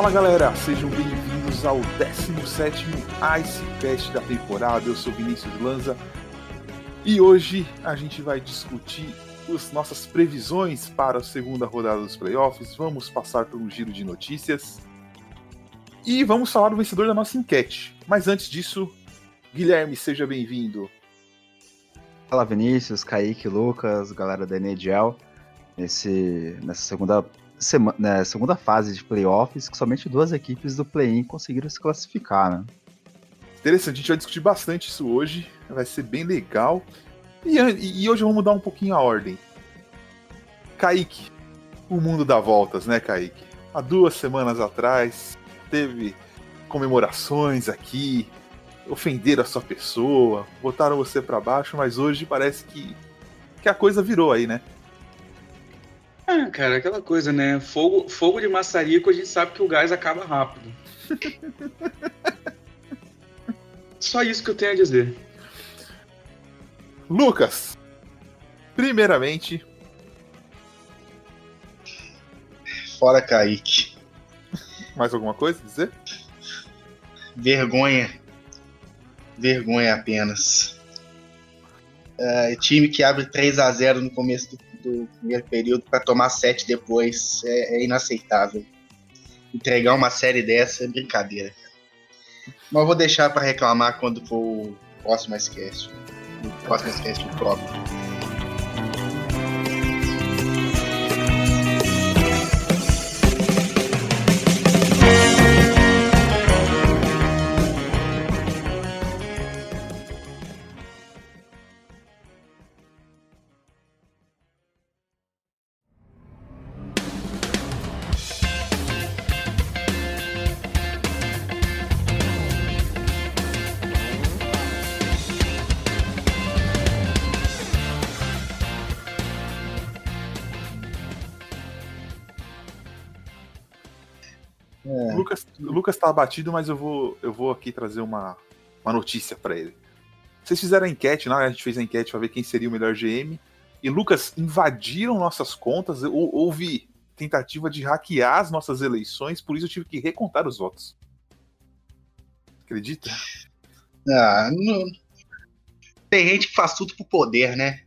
Fala galera, sejam bem-vindos ao 17º IceCast da temporada. Eu sou Vinícius Lanza e hoje a gente vai discutir as nossas previsões para a segunda rodada dos playoffs. Vamos passar por um giro de notícias e vamos falar do vencedor da nossa enquete. Mas antes disso, Guilherme, seja bem-vindo. Fala Vinícius, Kaique, Lucas, galera da NHL, nessa segunda fase de playoffs, que somente duas equipes do play-in conseguiram se classificar, né? Interessante, a gente vai discutir bastante isso hoje, vai ser bem legal. E hoje vamos mudar um pouquinho a ordem. Kaique, o mundo dá voltas, né, Kaique? Há 2 semanas atrás, teve comemorações aqui, ofenderam a sua pessoa, botaram você pra baixo, mas hoje parece que a coisa virou aí, né? Ah, cara, aquela coisa, né? Fogo de maçarico, a gente sabe que o gás acaba rápido. Só isso que eu tenho a dizer. Lucas, primeiramente... Fora Kaique. Mais alguma coisa a dizer? Vergonha. Vergonha apenas. Time que abre 3-0 no começo do primeiro período para tomar 7 depois é inaceitável. Entregar uma série dessa é brincadeira. Mas eu vou deixar para reclamar quando for o próximo Icecast. O próximo Icecast próprio. O Lucas tá abatido, mas eu vou aqui trazer uma notícia pra ele. Vocês fizeram a enquete, né? A gente fez a enquete pra ver quem seria o melhor GM. E, Lucas, invadiram nossas contas. Houve tentativa de hackear as nossas eleições, por isso eu tive que recontar os votos. Acredita? Não. Tem gente que faz tudo pro poder, né?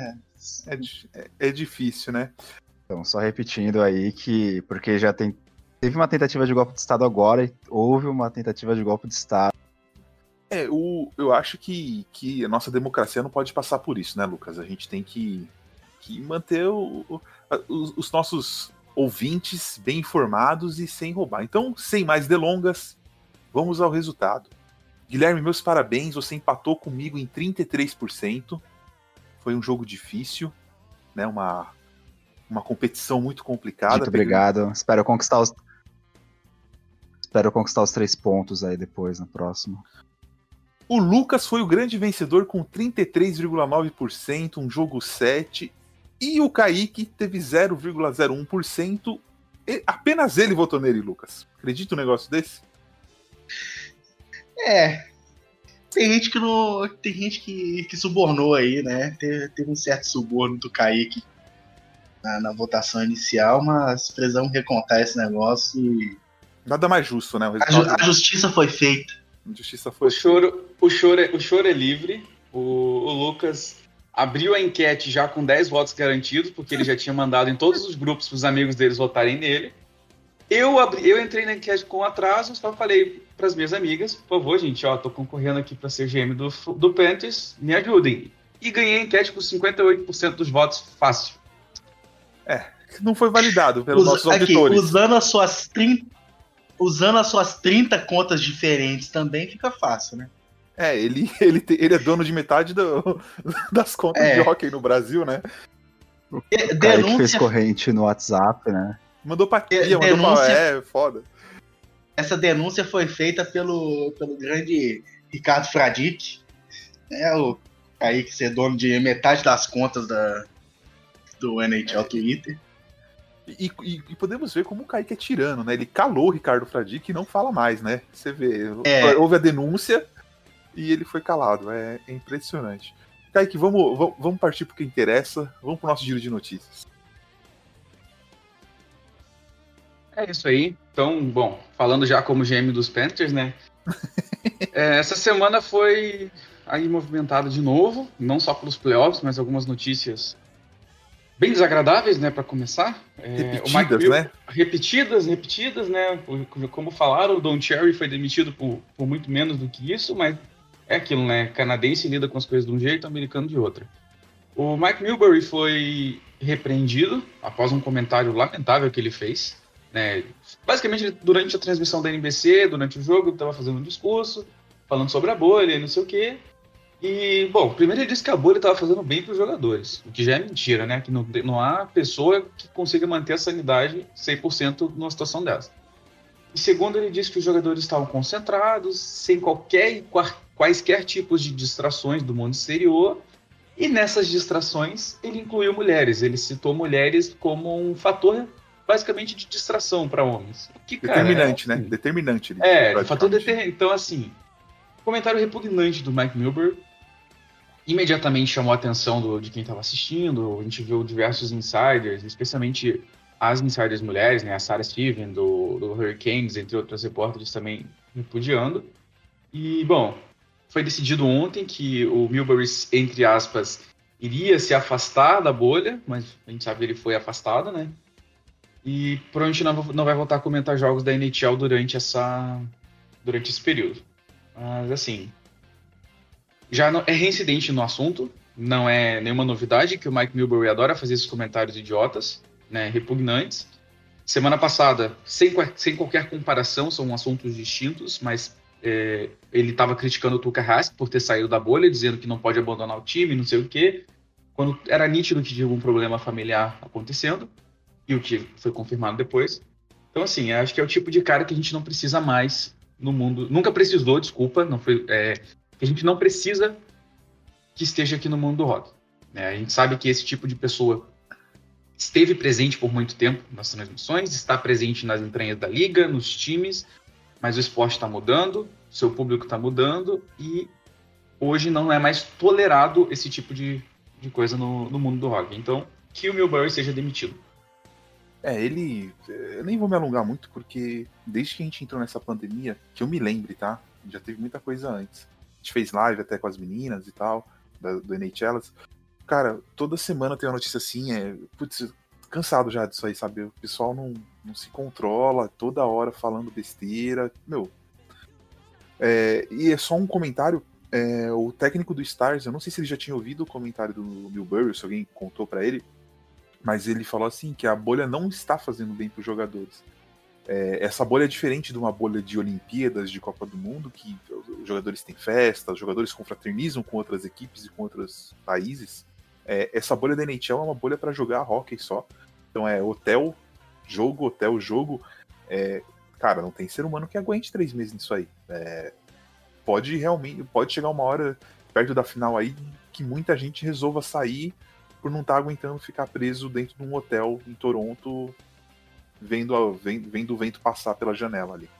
É difícil, né? Então, só repetindo aí que, porque já teve uma tentativa de golpe de Estado agora, e houve uma tentativa de golpe de Estado. Eu acho que a nossa democracia não pode passar por isso, né, Lucas? A gente tem que manter os nossos ouvintes bem informados e sem roubar. Então, sem mais delongas, vamos ao resultado. Guilherme, meus parabéns, você empatou comigo em 33%. Foi um jogo difícil, né? Uma competição muito complicada. Muito obrigado. Espero conquistar os 3 pontos aí depois, na próxima. O Lucas foi o grande vencedor com 33,9%, um jogo 7. E o Kaique teve 0,01%. Apenas ele votou nele, Lucas. Acredita um negócio desse? Tem gente que não. Tem gente que subornou aí, né? Teve um certo suborno do Kaique na votação inicial, mas precisamos recontar esse negócio e. Nada mais justo, né? A justiça foi feita. O choro é livre. O Lucas abriu a enquete já com 10 votos garantidos, porque ele já tinha mandado em todos os grupos para os amigos deles votarem nele. Eu entrei na enquete com atraso, só falei para as minhas amigas, por favor, gente, tô concorrendo aqui para ser GM do Panthers, me ajudem. E ganhei a enquete com 58% dos votos fácil. Não foi validado pelos nossos auditores. Usando as suas 30 contas diferentes também fica fácil, né? Ele é dono de metade das contas de hockey no Brasil, né? O Kaique fez corrente no WhatsApp, né? Mandou pra tia, mandou pra... foda. Essa denúncia foi feita pelo grande Ricardo Fradique. O Kaique ser dono de metade das contas do NHL Twitter. E podemos ver como o Kaique é tirano, né? Ele calou o Ricardo Fradique e não fala mais, né? Você vê, houve a denúncia e ele foi calado. É impressionante. Kaique, vamos partir pro que interessa. Vamos pro nosso giro de notícias. É isso aí. Então, bom, falando já como GM dos Panthers, né? Essa semana foi aí movimentada de novo, não só pelos playoffs, mas algumas notícias bem desagradáveis, né, para começar. Repetidas, né? Repetidas, né? Como falaram, o Don Cherry foi demitido por muito menos do que isso, mas é aquilo, né? Canadense lida com as coisas de um jeito, americano de outra. O Mike Milbury foi repreendido após um comentário lamentável que ele fez, né? Basicamente, durante a transmissão da NBC, durante o jogo, ele estava fazendo um discurso, falando sobre a bolha e não sei o quê. E, bom, primeiro ele disse que a bolha estava fazendo bem para os jogadores, o que já é mentira, né? Que não há pessoa que consiga manter a sanidade 100% numa situação dessa. E segundo, ele disse que os jogadores estavam concentrados, sem quaisquer tipos de distrações do mundo exterior. E nessas distrações, ele incluiu mulheres. Ele citou mulheres como um fator, basicamente, de distração para homens. Que, cara, determinante, né? Determinante. Fator determinante. Então, assim, comentário repugnante do Mike Milbury. Imediatamente chamou a atenção de quem estava assistindo. A gente viu diversos insiders, especialmente as insiders mulheres, né? A Sarah Steven, do Hurricanes, entre outras repórteres também repudiando. E, bom, foi decidido ontem que o Milbury, entre aspas, iria se afastar da bolha, mas a gente sabe que ele foi afastado, né? E provavelmente não vai voltar a comentar jogos da NHL durante esse período. Mas, assim, já é reincidente no assunto, não é nenhuma novidade que o Mike Milbury adora fazer esses comentários idiotas, né, repugnantes. Semana passada, sem qualquer comparação, são assuntos distintos, mas ele estava criticando o Tuukka Rask por ter saído da bolha, dizendo que não pode abandonar o time, não sei o quê, quando era nítido que tinha algum problema familiar acontecendo, e o que foi confirmado depois. Então, assim, acho que é o tipo de cara que a gente não precisa mais no mundo. Nunca precisou, desculpa, não foi, que a gente não precisa que esteja aqui no mundo do rock. A gente sabe que esse tipo de pessoa esteve presente por muito tempo nas transmissões, está presente nas entranhas da liga, nos times, mas o esporte está mudando, seu público está mudando e hoje não é mais tolerado esse tipo de coisa no mundo do rock. Então, que o Milbury seja demitido. Eu nem vou me alongar muito, porque desde que a gente entrou nessa pandemia, que eu me lembre, tá? Já teve muita coisa antes. A gente fez live até com as meninas e tal, do NHL. Cara, toda semana tem uma notícia assim, putz, cansado já disso aí, sabe? O pessoal não se controla, toda hora falando besteira. Meu, e é só um comentário, o técnico do Stars, eu não sei se ele já tinha ouvido o comentário do Milbury, se alguém contou pra ele, mas ele falou assim, que a bolha não está fazendo bem pros jogadores. Essa bolha é diferente de uma bolha de Olimpíadas, de Copa do Mundo, que os jogadores têm festa, os jogadores confraternizam com outras equipes e com outros países. Essa bolha da NHL é uma bolha para jogar hockey só. Então é hotel, jogo. Cara, não tem ser humano que aguente 3 meses nisso aí. Pode chegar uma hora perto da final aí que muita gente resolva sair por não estar aguentando ficar preso dentro de um hotel em Toronto, vendo o vento passar pela janela ali.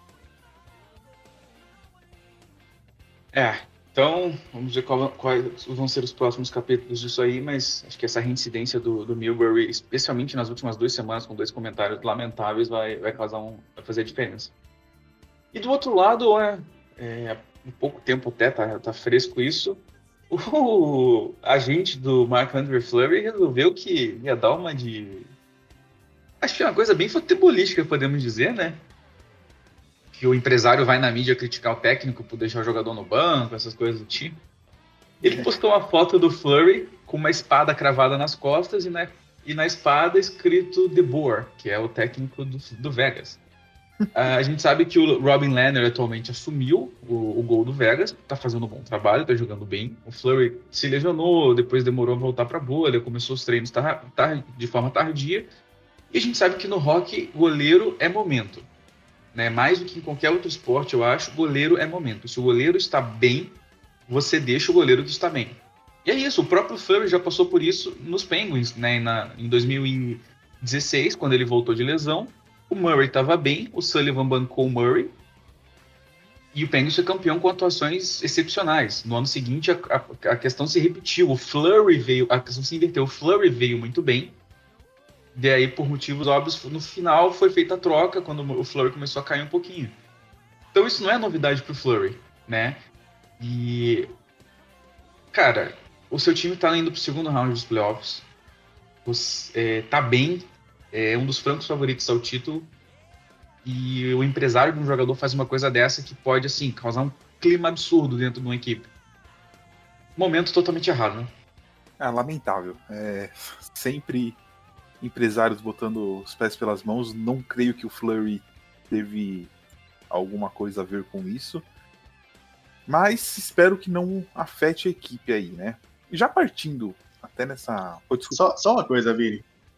Então, vamos ver quais vão ser os próximos capítulos disso aí, mas acho que essa reincidência do Milbury, especialmente nas últimas 2 semanas, com 2 comentários lamentáveis, vai fazer a diferença. E do outro lado, há pouco tempo até, tá fresco isso, o agente do Marc-Andre Fleury resolveu que ia dar uma de... Acho que é uma coisa bem futebolística, podemos dizer, né? Que o empresário vai na mídia criticar o técnico por deixar o jogador no banco, essas coisas do tipo. Ele postou uma foto do Fleury com uma espada cravada nas costas e na espada escrito The Boer, que é o técnico do Vegas. A gente sabe que o Robin Lehner atualmente assumiu o gol do Vegas, tá fazendo um bom trabalho, tá jogando bem. O Fleury se lesionou, depois demorou a voltar pra bolha, começou os treinos de forma tardia. E a gente sabe que no hockey, goleiro é momento. Né? Mais do que em qualquer outro esporte, eu acho, goleiro é momento. Se o goleiro está bem, você deixa o goleiro que está bem. E é isso, o próprio Fleury já passou por isso nos Penguins, né? Em 2016, quando ele voltou de lesão. O Murray estava bem, o Sullivan bancou o Murray e o Penguins foi campeão com atuações excepcionais. No ano seguinte, a questão se repetiu, a questão se inverteu. O Fleury veio muito bem E aí, por motivos óbvios, no final foi feita a troca, quando o Fleury começou a cair um pouquinho. Então isso não é novidade pro Fleury, né? E, cara, o seu time tá indo pro segundo round dos playoffs. Tá bem, é um dos francos favoritos ao título. E o empresário de um jogador faz uma coisa dessa que pode, assim, causar um clima absurdo dentro de uma equipe. Momento totalmente errado, né? Lamentável. Sempre empresários botando os pés pelas mãos. Não creio que o Fleury teve alguma coisa a ver com isso. Mas espero que não afete a equipe aí, né? E já partindo até nessa... Só uma coisa, Vini.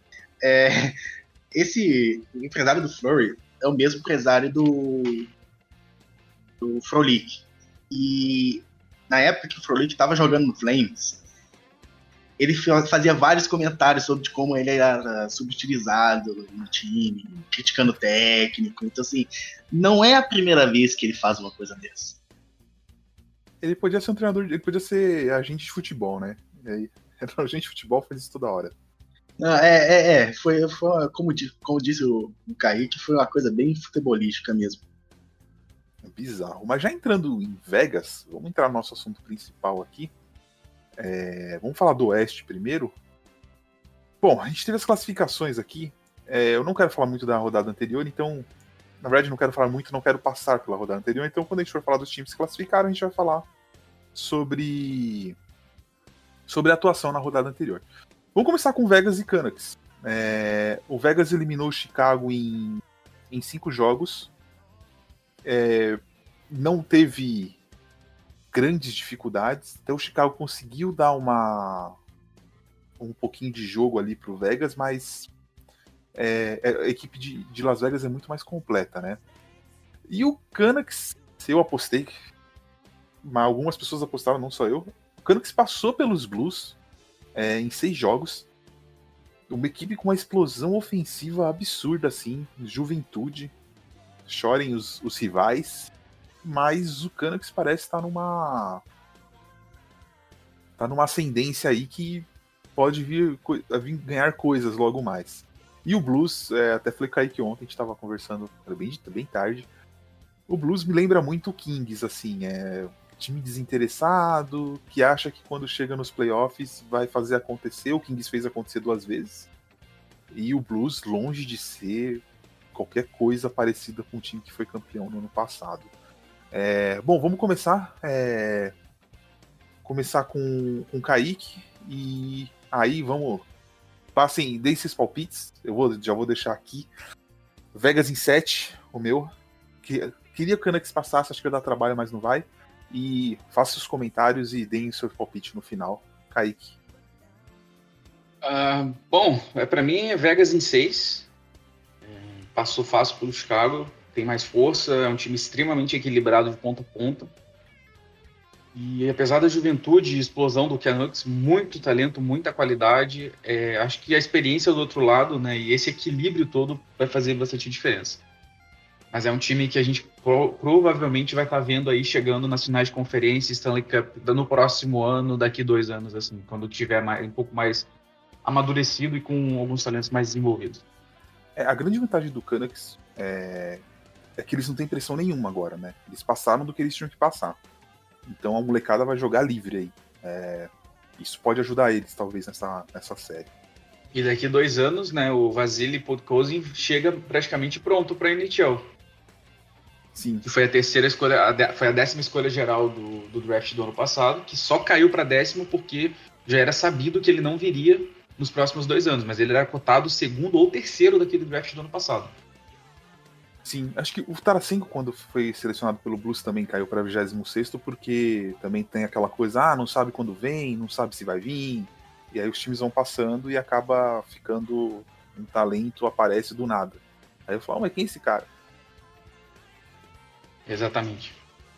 Esse empresário do Fleury é o mesmo empresário do Frolik. E na época que o Frolik estava jogando no Flames, ele fazia vários comentários sobre como ele era subutilizado no time, criticando o técnico. Então, assim, não é a primeira vez que ele faz uma coisa dessa. Ele podia ser um treinador, ele podia ser agente de futebol, né? E aí, agente de futebol faz isso toda hora. Foi como disse o Kaique, foi uma coisa bem futebolística mesmo. É bizarro. Mas já entrando em Vegas, vamos entrar no nosso assunto principal aqui. Vamos falar do Oeste primeiro. Bom, a gente teve as classificações aqui. Eu não quero falar muito da rodada anterior, então, na verdade, não quero falar muito, não quero passar pela rodada anterior. Então, quando a gente for falar dos times que se classificaram, a gente vai falar sobre a atuação na rodada anterior. Vamos começar com Vegas e Canucks. O Vegas eliminou o Chicago em 5 jogos. Não teve grandes dificuldades. Até o Chicago conseguiu dar um pouquinho de jogo ali pro Vegas, mas a equipe de Las Vegas é muito mais completa, né? E o Canucks, eu apostei, mas algumas pessoas apostaram, não só eu. O Canucks passou pelos Blues em 6 jogos. Uma equipe com uma explosão ofensiva absurda, assim, juventude. Chorem os rivais. Mas o Canucks parece estar numa ascendência aí que pode vir ganhar coisas logo mais. E o Blues, até falei com o Kaique ontem, a gente estava conversando bem tarde. O Blues me lembra muito o Kings, assim, time desinteressado, que acha que quando chega nos playoffs vai fazer acontecer. O Kings fez acontecer 2 vezes. E o Blues, longe de ser qualquer coisa parecida com o time que foi campeão no ano passado. Bom, vamos começar. Começar com o Kaique. E aí vamos. Passem, deem esses palpites. Já vou deixar aqui. Vegas em 7, o meu. Queria que o Canucks passasse, acho que ia dar trabalho, mas não vai. E faça os comentários e deem o seu palpite no final. Kaique. Bom, para mim é Vegas em 6. Passou fácil pelo Chicago. Tem mais força, é um time extremamente equilibrado de ponta a ponta. E apesar da juventude e explosão do Canucks, muito talento, muita qualidade, acho que a experiência do outro lado, né, e esse equilíbrio todo vai fazer bastante diferença. Mas é um time que a gente provavelmente vai estar vendo aí chegando nas finais de conferência, Stanley Cup, no próximo ano, daqui 2 anos, assim, quando tiver um pouco mais amadurecido e com alguns talentos mais desenvolvidos. A grande vantagem do Canucks é que eles não têm pressão nenhuma agora, né? Eles passaram do que eles tinham que passar. Então a molecada vai jogar livre aí. Isso pode ajudar eles, talvez, nessa série. E daqui 2 anos, né, o Vasily Podkolzin chega praticamente pronto para a NHL. Sim. Que foi a terceira escolha, foi a 10ª escolha geral do draft do ano passado, que só caiu para 10º porque já era sabido que ele não viria nos próximos 2 anos, mas ele era cotado 2º ou 3º daquele draft do ano passado. Sim, acho que o Tarasenko, quando foi selecionado pelo Blues, também caiu para 26º, porque também tem aquela coisa, não sabe quando vem, não sabe se vai vir, e aí os times vão passando e acaba ficando um talento, aparece do nada. Aí eu falo, mas quem é esse cara? Exatamente.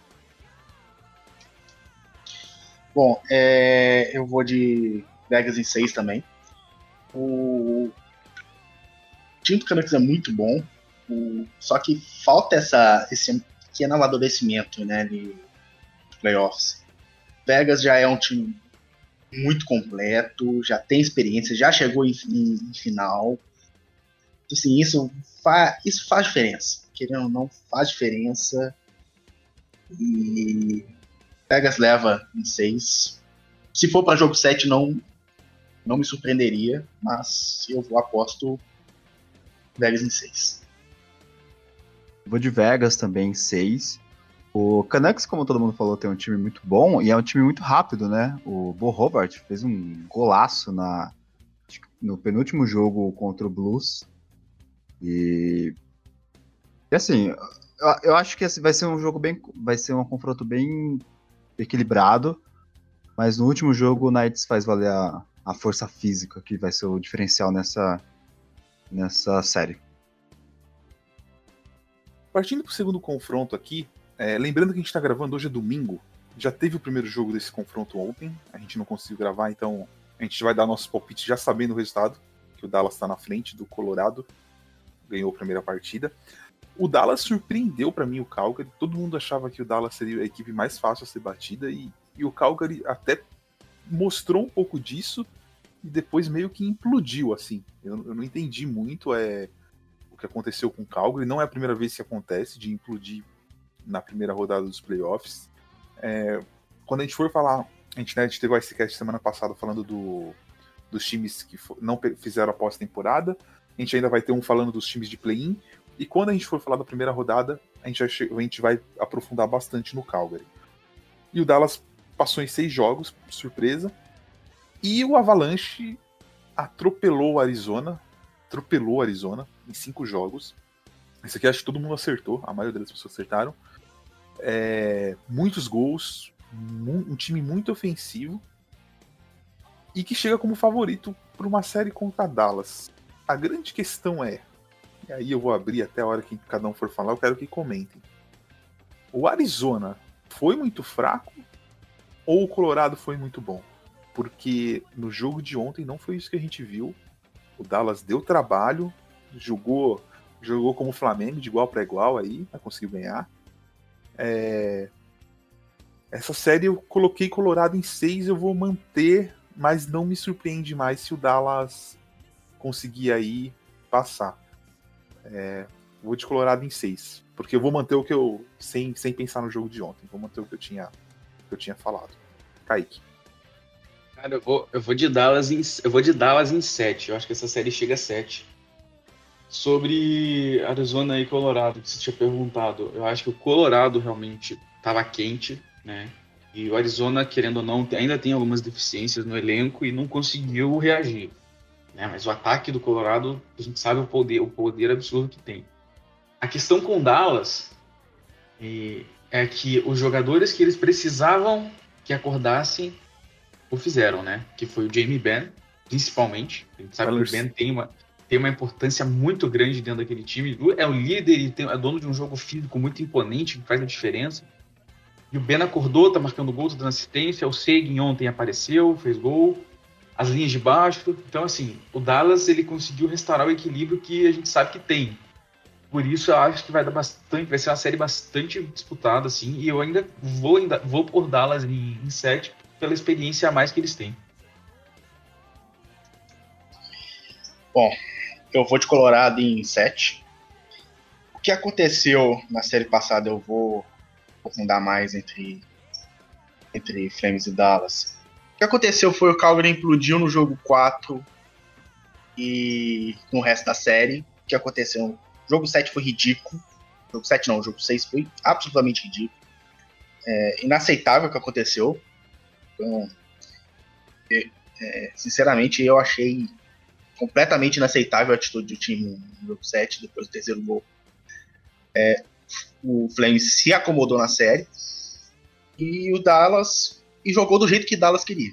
Bom, eu vou de Vegas em 6 também. O time do Canucks é muito bom, só que falta esse pequeno amadurecimento, né, de playoffs. Vegas já é um time muito completo, já tem experiência, já chegou em final. Assim, isso faz diferença. Querendo ou não, faz diferença. E Vegas leva em 6. Se for para jogo 7, não me surpreenderia, mas eu aposto Vegas em 6. Vou de Vegas também, 6. O Canucks, como todo mundo falou, tem um time muito bom e é um time muito rápido, né? O Bo Hobart fez um golaço no penúltimo jogo contra o Blues. E assim, eu acho que vai ser um jogo vai ser um confronto bem equilibrado, mas no último jogo o Knights faz valer a força física, que vai ser o diferencial nessa série. Partindo para o segundo confronto aqui, lembrando que a gente está gravando hoje é domingo, já teve o primeiro jogo desse confronto ontem, a gente não conseguiu gravar, então a gente vai dar nossos palpites já sabendo o resultado, que o Dallas está na frente do Colorado, ganhou a primeira partida. O Dallas surpreendeu para mim o Calgary, todo mundo achava que o Dallas seria a equipe mais fácil a ser batida, e o Calgary até mostrou um pouco disso, e depois meio que implodiu, assim. Eu não entendi muito o que aconteceu com o Calgary, não é a primeira vez que acontece, de implodir na primeira rodada dos playoffs. Quando a gente for falar, a gente teve o Icecast semana passada falando dos times que não fizeram a pós-temporada, a gente ainda vai ter um falando dos times de play-in, e quando a gente for falar da primeira rodada, a gente vai aprofundar bastante no Calgary. E o Dallas passou em 6 jogos, surpresa, e o Avalanche atropelou o Arizona em 5 jogos. Esse aqui acho que todo mundo acertou, a maioria das pessoas acertaram. Muitos gols, um time muito ofensivo, e que chega como favorito para uma série contra Dallas. A grande questão e aí eu vou abrir até a hora que cada um for falar, eu quero que comentem. O Arizona foi muito fraco ou o Colorado foi muito bom? Porque no jogo de ontem não foi isso que a gente viu. O Dallas deu trabalho, jogou como o Flamengo, de igual para igual aí, conseguiu ganhar. Essa série eu coloquei Colorado em 6, eu vou manter, mas não me surpreende mais se o Dallas conseguir aí passar. Vou de Colorado em 6, porque eu vou manter o que eu, sem pensar no jogo de ontem, vou manter o que eu tinha falado. Kaique. Cara, eu vou de Dallas em 7. Eu acho que essa série chega a 7. Sobre Arizona e Colorado, que você tinha perguntado, eu acho que o Colorado realmente estava quente, né? E o Arizona, querendo ou não, ainda tem algumas deficiências no elenco e não conseguiu reagir, né? Mas o ataque do Colorado, a gente sabe o poder absurdo que tem. A questão com Dallas é que os jogadores que eles precisavam que acordassem o fizeram, né? Que foi o Jamie Benn, principalmente. A gente sabe que o Benn tem uma importância muito grande dentro daquele time. É o líder e é dono de um jogo físico muito imponente, que faz a diferença. E o Ben acordou, tá marcando gol, tá dando assistência. O Seguin ontem apareceu, fez gol. As linhas de baixo. Então, assim, o Dallas ele conseguiu restaurar o equilíbrio que a gente sabe que tem. Por isso, eu acho que vai ser uma série bastante disputada, assim. E eu ainda vou por Dallas em 7, pela experiência a mais que eles têm. Bom, eu vou de Colorado em 7. O que aconteceu na série passada, eu vou aprofundar mais entre Flames e Dallas. O que aconteceu foi o Calgary implodiu no jogo 4 e com o resto da série. O que aconteceu? O jogo 7 foi ridículo. O jogo 6 foi absolutamente ridículo. Inaceitável o que aconteceu. Então, sinceramente, eu achei completamente inaceitável a atitude do time no jogo 7, depois do terceiro gol. O Flames se acomodou na série e o Dallas jogou do jeito que Dallas queria.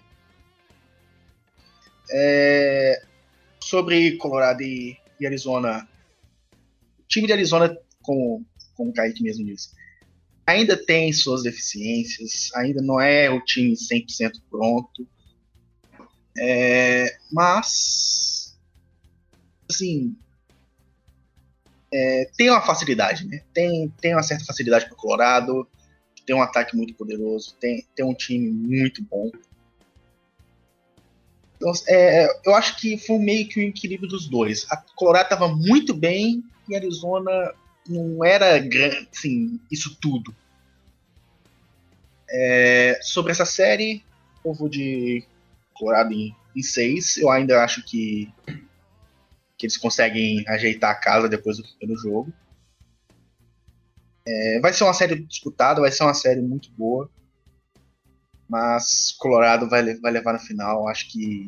Sobre Colorado e Arizona, o time de Arizona, como o Kaique mesmo disse, ainda tem suas deficiências, ainda não é o time 100% pronto, mas assim, tem uma facilidade, né? Tem uma certa facilidade para o Colorado, tem um ataque muito poderoso, tem um time muito bom. Então, eu acho que foi meio que o equilíbrio dos dois. A Colorado estava muito bem e a Arizona não era assim, isso tudo. Sobre essa série, eu vou de Colorado em 6. Eu ainda acho que eles conseguem ajeitar a casa depois do primeiro jogo. Vai ser uma série disputada, vai ser uma série muito boa. Mas Colorado vai levar no final. Acho que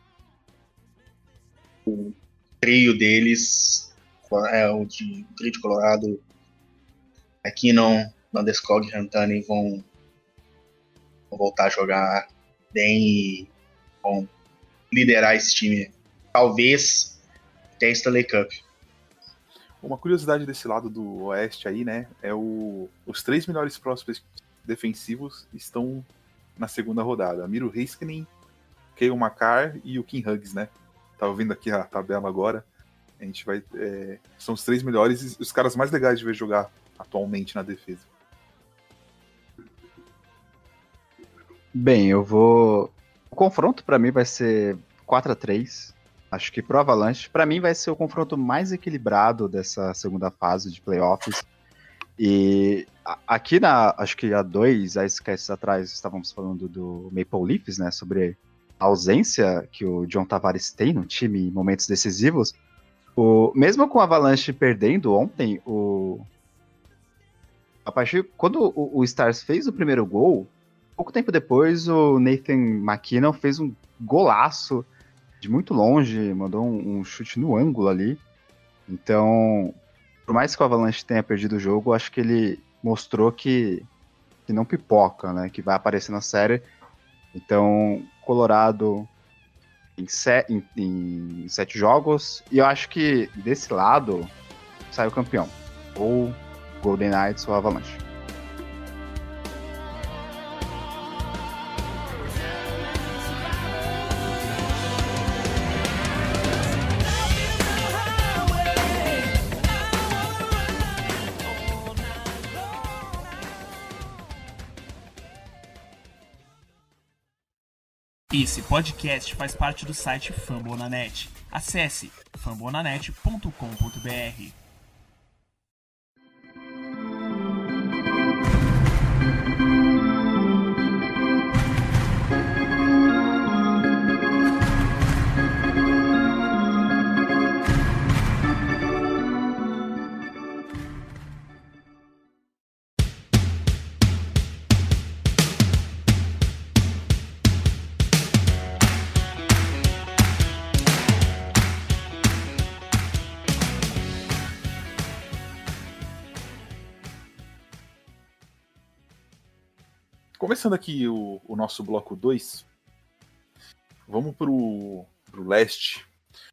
o trio deles, o trio de Colorado, McKinnon, Landeskog e Rantanen vão voltar a jogar bem e vão liderar esse time. Talvez até Stanley Cup. Uma curiosidade desse lado do Oeste aí, né, os 3 melhores prospects defensivos estão na segunda rodada. Miro Heiskanen, Cale Makar e o Kim Hughes, né? Tava vendo aqui a tabela agora. A gente vai. São os 3 melhores e os caras mais legais de ver jogar atualmente na defesa. Bem, o confronto pra mim vai ser 4-3. Acho que pro Avalanche, pra mim vai ser o confronto mais equilibrado dessa segunda fase de playoffs. E aqui acho que há 2 SKS atrás estávamos falando do Maple Leafs, né, sobre a ausência que o John Tavares tem no time em momentos decisivos. Mesmo com o Avalanche perdendo ontem, quando o Stars fez o primeiro gol, pouco tempo depois o Nathan MacKinnon fez um golaço de muito longe, mandou um chute no ângulo ali. Então, por mais que o Avalanche tenha perdido o jogo, acho que ele mostrou que não pipoca, né? Que vai aparecer na série. Então, Colorado em 7 jogos. E eu acho que desse lado sai o campeão. Ou Golden Knights ou Avalanche. Esse podcast faz parte do site Fambonanet. Acesse fambonanet.com.br. Começando aqui o nosso bloco 2, vamos pro leste.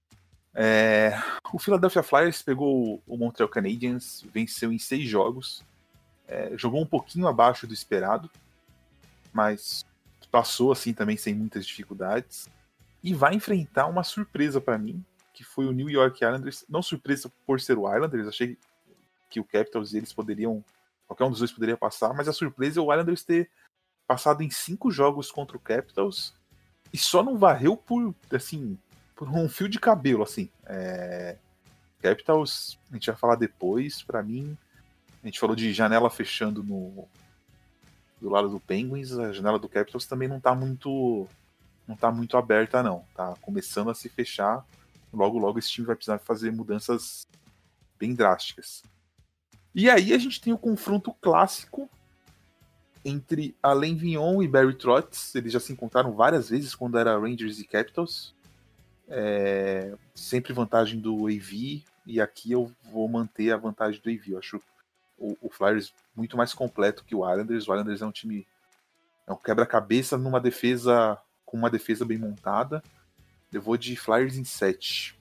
O Philadelphia Flyers pegou o Montreal Canadiens, venceu em 6 jogos, jogou um pouquinho abaixo do esperado, mas passou assim também sem muitas dificuldades, e vai enfrentar uma surpresa para mim, que foi o New York Islanders. Não surpresa por ser o Islanders, achei que o Capitals eles poderiam, qualquer um dos dois poderia passar, mas a surpresa é o Islanders ter passado em 5 jogos contra o Capitals e só não varreu por um fio de cabelo, assim. Capitals, a gente vai falar depois, pra mim, a gente falou de janela fechando do lado do Penguins, a janela do Capitals também não tá muito aberta, não. Tá começando a se fechar, logo esse time vai precisar fazer mudanças bem drásticas. E aí a gente tem o confronto clássico entre Alain Vignon e Barry Trotz. Eles já se encontraram várias vezes quando era Rangers e Capitals. Sempre vantagem do AV, e aqui eu vou manter a vantagem do AV. Eu acho o Flyers muito mais completo que o Islanders. O Islanders é um time, é um quebra-cabeça numa defesa, com uma defesa bem montada. Eu vou de Flyers em 7.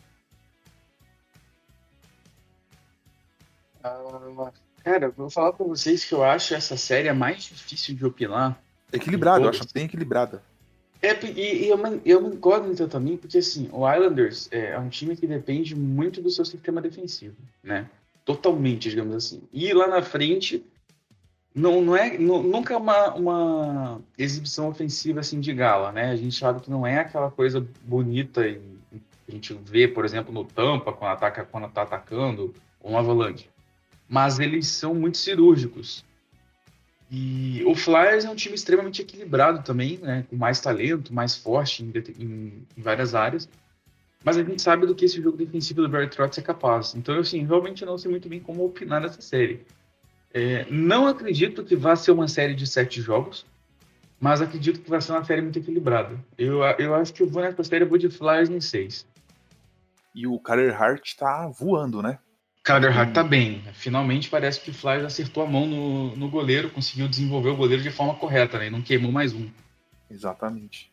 Cara, vou falar pra vocês que eu acho essa série a mais difícil de opinar. Equilibrado, eu acho bem equilibrada. E eu me incógnita também, porque assim, o Islanders é um time que depende muito do seu sistema defensivo, né? Totalmente, digamos assim. E lá na frente, nunca é uma exibição ofensiva assim de gala, né? A gente sabe que não é aquela coisa bonita que a gente vê, por exemplo, no Tampa, quando tá atacando, ou no Avalanche. Mas eles são muito cirúrgicos. E o Flyers é um time extremamente equilibrado também, né? Com mais talento, mais forte em várias áreas. Mas a gente sabe do que esse jogo defensivo do Barry Trotz é capaz. Então, assim, realmente não sei muito bem como opinar nessa série. Não acredito que vá ser uma série de 7 jogos, mas acredito que vai ser uma série muito equilibrada. Eu acho que eu vou nessa série, eu vou de Flyers em 6. E o Carter Hart tá voando, né? Carter Hart tá bem. Finalmente parece que o Flyers acertou a mão no goleiro, conseguiu desenvolver o goleiro de forma correta, né? E não queimou mais um. Exatamente.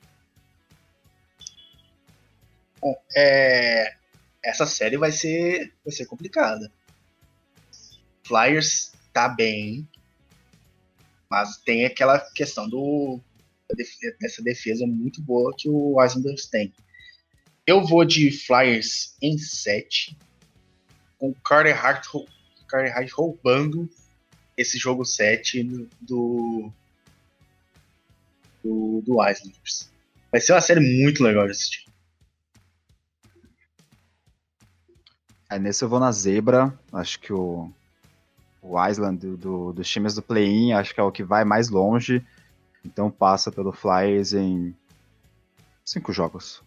Bom, essa série vai ser complicada. Flyers tá bem, mas tem aquela questão dessa defesa muito boa que o Islanders tem. Eu vou de Flyers em 7, com o Carter Hart roubando esse jogo 7 do Islanders. Vai ser uma série muito legal de assistir. Nesse eu vou na zebra. Acho que o Island dos times do play-in, acho que é o que vai mais longe. Então passa pelo Flyers em 5 jogos.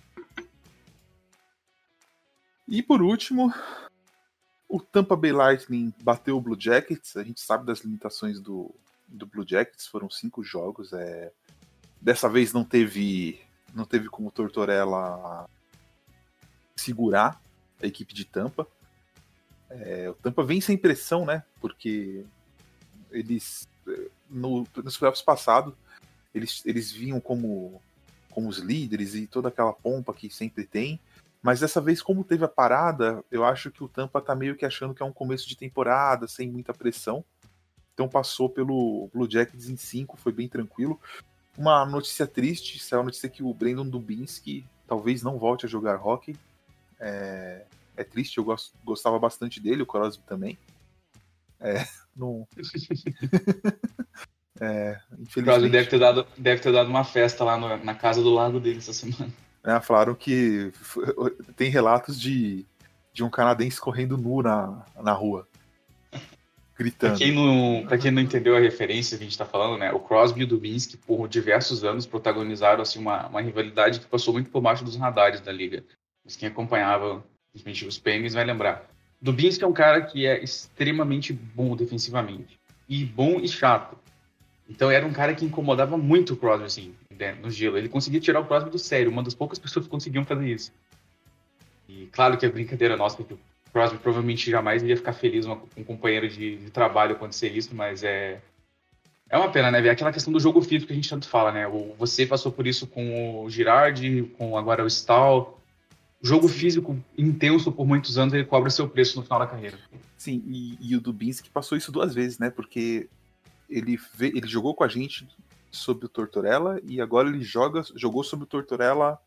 E por último, o Tampa Bay Lightning bateu o Blue Jackets. A gente sabe das limitações do Blue Jackets, foram 5 jogos. Dessa vez não teve como o Tortorella segurar a equipe de Tampa. O Tampa vem sem pressão, né? Porque eles, nos playoffs passados, eles vinham como os líderes e toda aquela pompa que sempre tem. Mas dessa vez, como teve a parada, eu acho que o Tampa tá meio que achando que é um começo de temporada, sem muita pressão. Então passou pelo Blue Jackets em 5, foi bem tranquilo. Uma notícia triste, é a notícia que o Brandon Dubinsky talvez não volte a jogar hockey. É triste, eu gostava bastante dele, o Crosby também. Não... infelizmente. O Crosby deve ter dado uma festa lá na casa do lago dele essa semana. Falaram que tem relatos de um canadense correndo nu na rua, gritando. Pra quem não entendeu a referência que a gente tá falando, né? O Crosby e o Dubinsky, por diversos anos, protagonizaram assim, uma rivalidade que passou muito por baixo dos radares da liga. Mas quem acompanhava os Penguins vai lembrar. Dubinsky é um cara que é extremamente bom defensivamente. E bom e chato. Então era um cara que incomodava muito o Crosby, assim, no gelo. Ele conseguia tirar o Crosby do sério. Uma das poucas pessoas que conseguiam fazer isso. E claro que é brincadeira nossa, porque o Crosby provavelmente jamais iria ficar feliz com um companheiro de trabalho acontecer isso, mas é uma pena, né? Ver aquela questão do jogo físico que a gente tanto fala, né? Você passou por isso com o Girardi, com agora o Stahl. Jogo físico intenso por muitos anos, ele cobra seu preço no final da carreira. Sim, e o Dubinsky passou isso 2 vezes, né? Porque ele jogou com a gente sob o Tortorella e agora ele jogou sob o Tortorella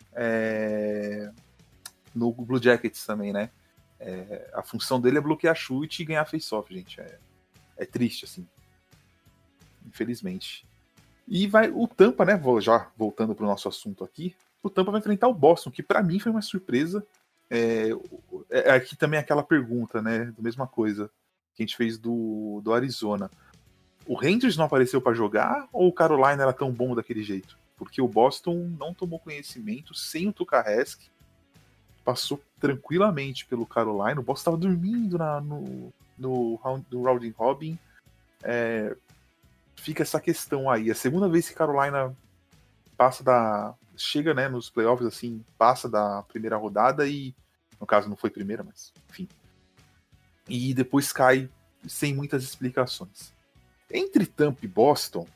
no Blue Jackets também, né? A função dele é bloquear chute e ganhar face-off, gente. É triste, assim. Infelizmente. E o Tampa, né? Já voltando pro nosso assunto aqui, o Tampa vai enfrentar o Boston, que para mim foi uma surpresa. Aqui também aquela pergunta, né? Da mesma coisa que a gente fez do Arizona. O Rangers não apareceu para jogar ou o Carolina era tão bom daquele jeito? Porque o Boston não tomou conhecimento sem o Tuukka Rask, passou tranquilamente pelo Carolina. O Boston estava dormindo no round robin. Fica essa questão aí. A segunda vez que Carolina chega, né, nos playoffs, assim, passa da primeira rodada e, no caso, não foi primeira, mas enfim. E depois cai sem muitas explicações. Entre Tampa e Boston,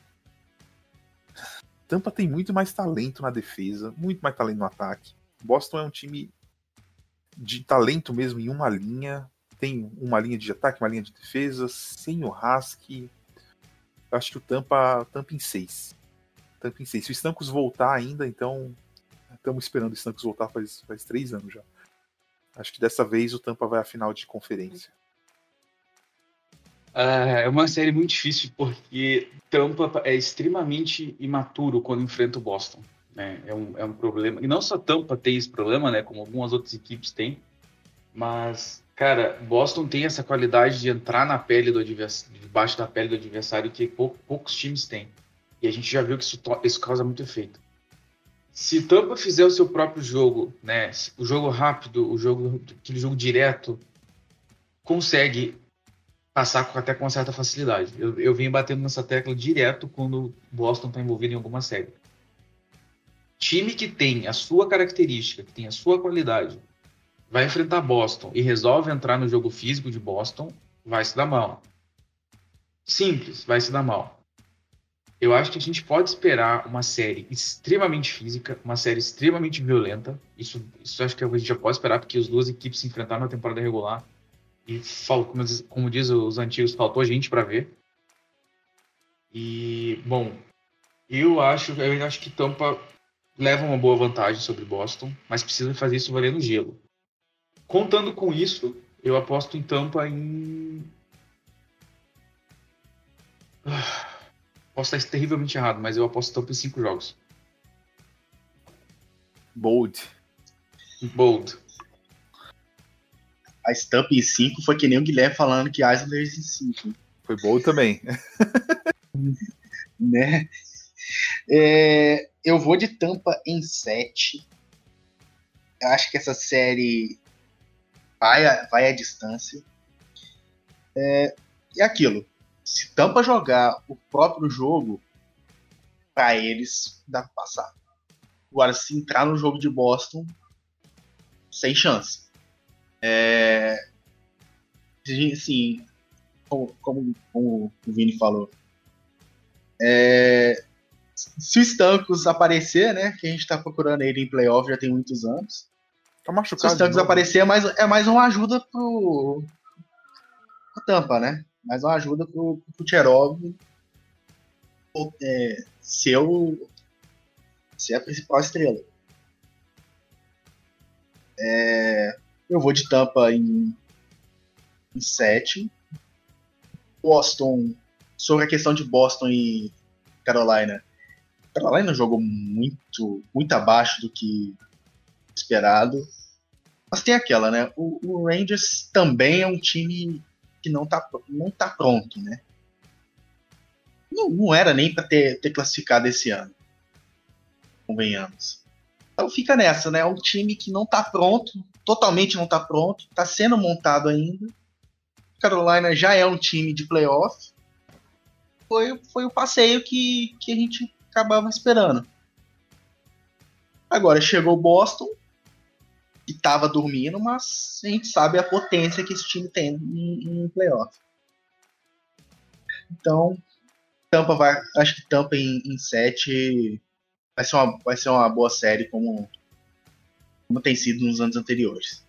Tampa tem muito mais talento na defesa, muito mais talento no ataque. Boston é um time de talento mesmo em uma linha. Tem uma linha de ataque, uma linha de defesa, sem o Rask. Acho que o Tampa em 6. Tampa em 6. Se o Stamkos voltar ainda, então estamos esperando o Stamkos voltar faz 3 anos já. Acho que dessa vez o Tampa vai à final de conferência. É uma série muito difícil porque Tampa é extremamente imaturo quando enfrenta o Boston, né? É um problema. E não só Tampa tem esse problema, né? Como algumas outras equipes têm. Mas, cara, Boston tem essa qualidade de entrar na pele do adversário, debaixo da pele do adversário que poucos times têm. E a gente já viu que isso causa muito efeito. Se Tampa fizer o seu próprio jogo, né? O jogo rápido, aquele jogo direto, consegue passar até com uma certa facilidade. Eu venho batendo nessa tecla direto quando Boston está envolvido em alguma série. Time que tem a sua característica, que tem a sua qualidade, vai enfrentar Boston e resolve entrar no jogo físico de Boston, vai se dar mal. Simples, vai se dar mal. Eu acho que a gente pode esperar uma série extremamente física, uma série extremamente violenta. Isso acho que a gente já pode esperar, porque as duas equipes se enfrentaram na temporada regular. E, como diz os antigos, faltou gente para ver. E, bom, eu acho que Tampa leva uma boa vantagem sobre Boston, mas precisa fazer isso valendo gelo. Contando com isso, eu aposto em Tampa em... Posso estar terrivelmente errado, mas eu aposto Tampa em 5 jogos. Bold. A Stamp em 5 foi que nem o Guilherme falando que Islanders em 5. Foi bold também. Né? Eu vou de Tampa em 7. Eu acho que essa série vai à distância. E aquilo. Se Tampa jogar o próprio jogo, para eles dá pra passar. Agora, se entrar no jogo de Boston, sem chance. Assim, como o Vini falou, se o Stamkos aparecer, né, que a gente tá procurando ele em playoff já tem muitos anos, Tá se o machucado. Stamkos aparecer é mais uma ajuda pro Tampa, né? Mais uma ajuda pro Kucherov ser a principal estrela. Eu vou de Tampa em 7. Boston, sobre a questão de Boston e Carolina. Carolina jogou muito abaixo do que esperado. Mas tem aquela, né? O Rangers também é um time que não tá pronto, né? Não era nem para ter classificado esse ano. Convenhamos. Então fica nessa, né? É um time que não tá pronto, totalmente não tá pronto, tá sendo montado ainda. Carolina já é um time de playoff. Foi o passeio que a gente acabava esperando. Agora chegou o Boston, que estava dormindo, mas a gente sabe a potência que esse time tem em playoff. Então, acho que Tampa em 7 vai ser uma boa série como tem sido nos anos anteriores.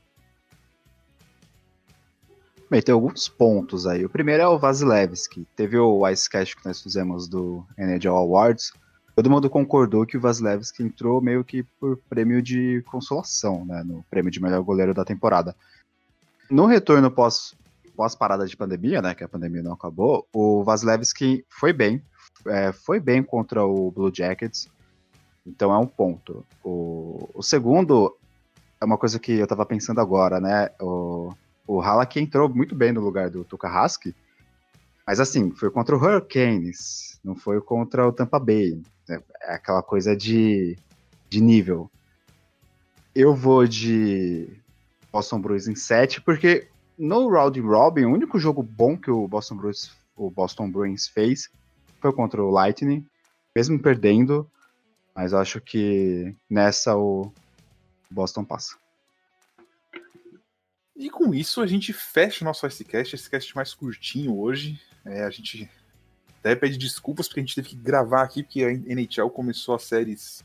Bem, tem alguns pontos aí. O primeiro é o Vasilevskiy. Teve o Icecast que nós fizemos do NHL Awards. Todo mundo concordou que o Vasilevskiy entrou meio que por prêmio de consolação, né? No prêmio de melhor goleiro da temporada. No retorno pós-parada de pandemia, né? Que a pandemia não acabou, o Vasilevskiy foi bem. Foi bem contra o Blue Jackets. Então é um ponto. O segundo é uma coisa que eu tava pensando agora, né? O Halak entrou muito bem no lugar do Tuukka Rask, mas assim, foi contra o Hurricanes, não foi contra o Tampa Bay. É aquela coisa de nível. Eu vou de Boston Bruins em 7, porque no Round Robin, o único jogo bom que o Boston Bruins fez foi contra o Lightning, mesmo perdendo, mas eu acho que nessa o Boston passa. E com isso a gente fecha o nosso Icecast, esse cast mais curtinho hoje. A gente até pede desculpas porque a gente teve que gravar aqui, porque a NHL começou as séries.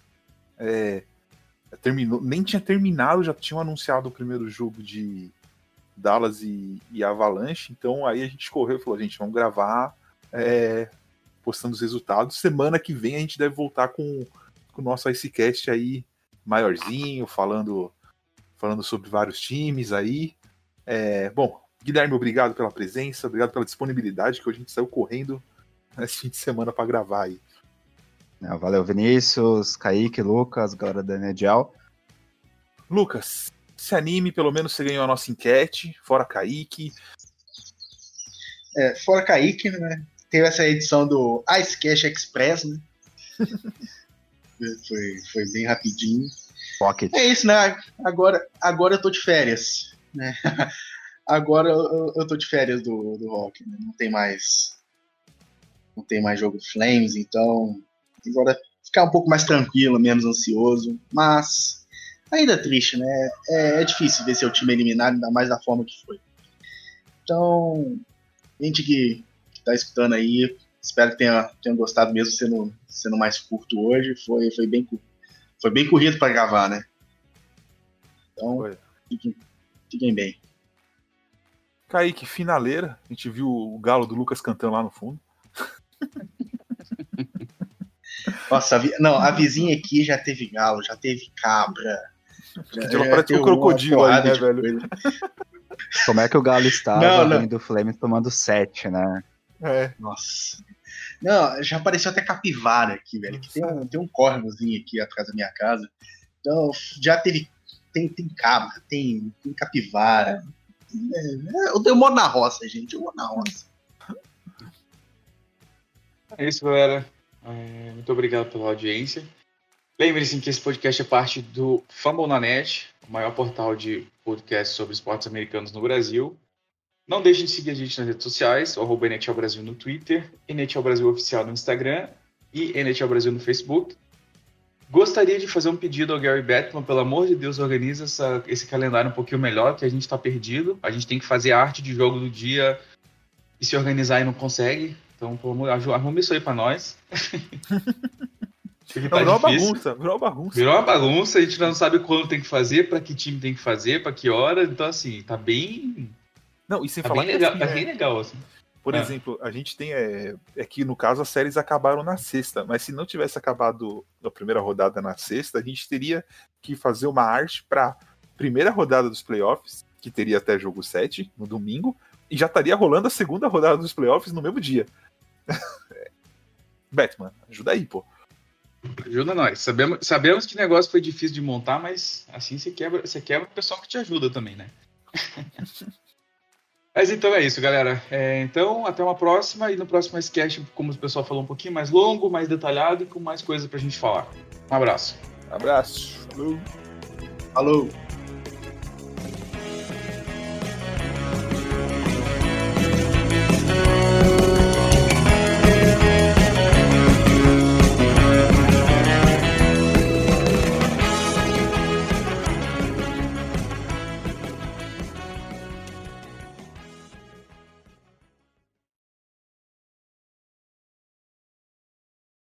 Nem tinha terminado, já tinham anunciado o primeiro jogo de Dallas e Avalanche. Então aí a gente correu e falou: gente, vamos gravar postando os resultados. Semana que vem a gente deve voltar com o nosso Icecast aí maiorzinho, falando sobre vários times aí. Bom, Guilherme, obrigado pela presença, obrigado pela disponibilidade, que hoje a gente saiu correndo nesse fim de semana para gravar aí. Valeu, Vinícius, Kaique, Lucas, galera da Nedial. Lucas, se anime, pelo menos você ganhou a nossa enquete, fora Kaique. Fora Kaique, né? Teve essa edição do Ice Cash Express, né? Foi bem rapidinho. Pocket. É isso, né? Agora eu tô de férias, né? Agora eu tô de férias do Rock, né? Não tem mais jogo Flames, então agora ficar um pouco mais tranquilo, menos ansioso, mas ainda é triste, né? É difícil ver seu time eliminado, ainda mais da forma que foi. Então, gente que tá escutando aí, espero que tenham gostado mesmo sendo mais curto hoje. Foi bem corrido para gravar, né? Então, fiquem bem. Kaique, finaleira. A gente viu o galo do Lucas cantando lá no fundo. Nossa, a vizinha aqui já teve galo, já teve cabra. Ela parece um crocodilo aí, né, velho? Coisa. Como é que o galo estava vendo o Flames tomando 7, né? Nossa. Não, já apareceu até capivara aqui, velho. Que tem um córregozinho aqui atrás da minha casa. Então, já teve. Tem cabra, tem capivara. Eu moro na roça, gente. Eu moro na roça. É isso, galera. Muito obrigado pela audiência. Lembre-se que esse podcast é parte do Fumble na Net, o maior portal de podcast sobre esportes americanos no Brasil. Não deixe de seguir a gente nas redes sociais, o @NHL Brasil no Twitter, NHL Brasil Oficial no Instagram e NHL Brasil no Facebook. Gostaria de fazer um pedido ao Gary Bettman, pelo amor de Deus, organiza esse calendário um pouquinho melhor, que a gente está perdido. A gente tem que fazer a arte de jogo do dia e se organizar e não consegue. Então, arruma isso aí para nós. Virou uma bagunça. Virou uma bagunça, a gente não sabe quando tem que fazer, para que time tem que fazer, para que hora. Então, assim, tá bem... Não, e sem tá falar bem legal, assim, tá bem legal, assim. Por exemplo, a gente tem... que no caso as séries acabaram na sexta, mas se não tivesse acabado a primeira rodada na sexta, a gente teria que fazer uma arte para primeira rodada dos playoffs, que teria até jogo 7, no domingo, e já estaria rolando a segunda rodada dos playoffs no mesmo dia. Batman, ajuda aí, pô. Ajuda nós. Sabemos que o negócio foi difícil de montar, mas assim você quebra o pessoal que te ajuda também, né? Mas então é isso, galera. Então, até uma próxima. E no próximo sketch, como o pessoal falou, um pouquinho mais longo, mais detalhado e com mais coisa pra gente falar. Um abraço. Abraço. Falou. Falou.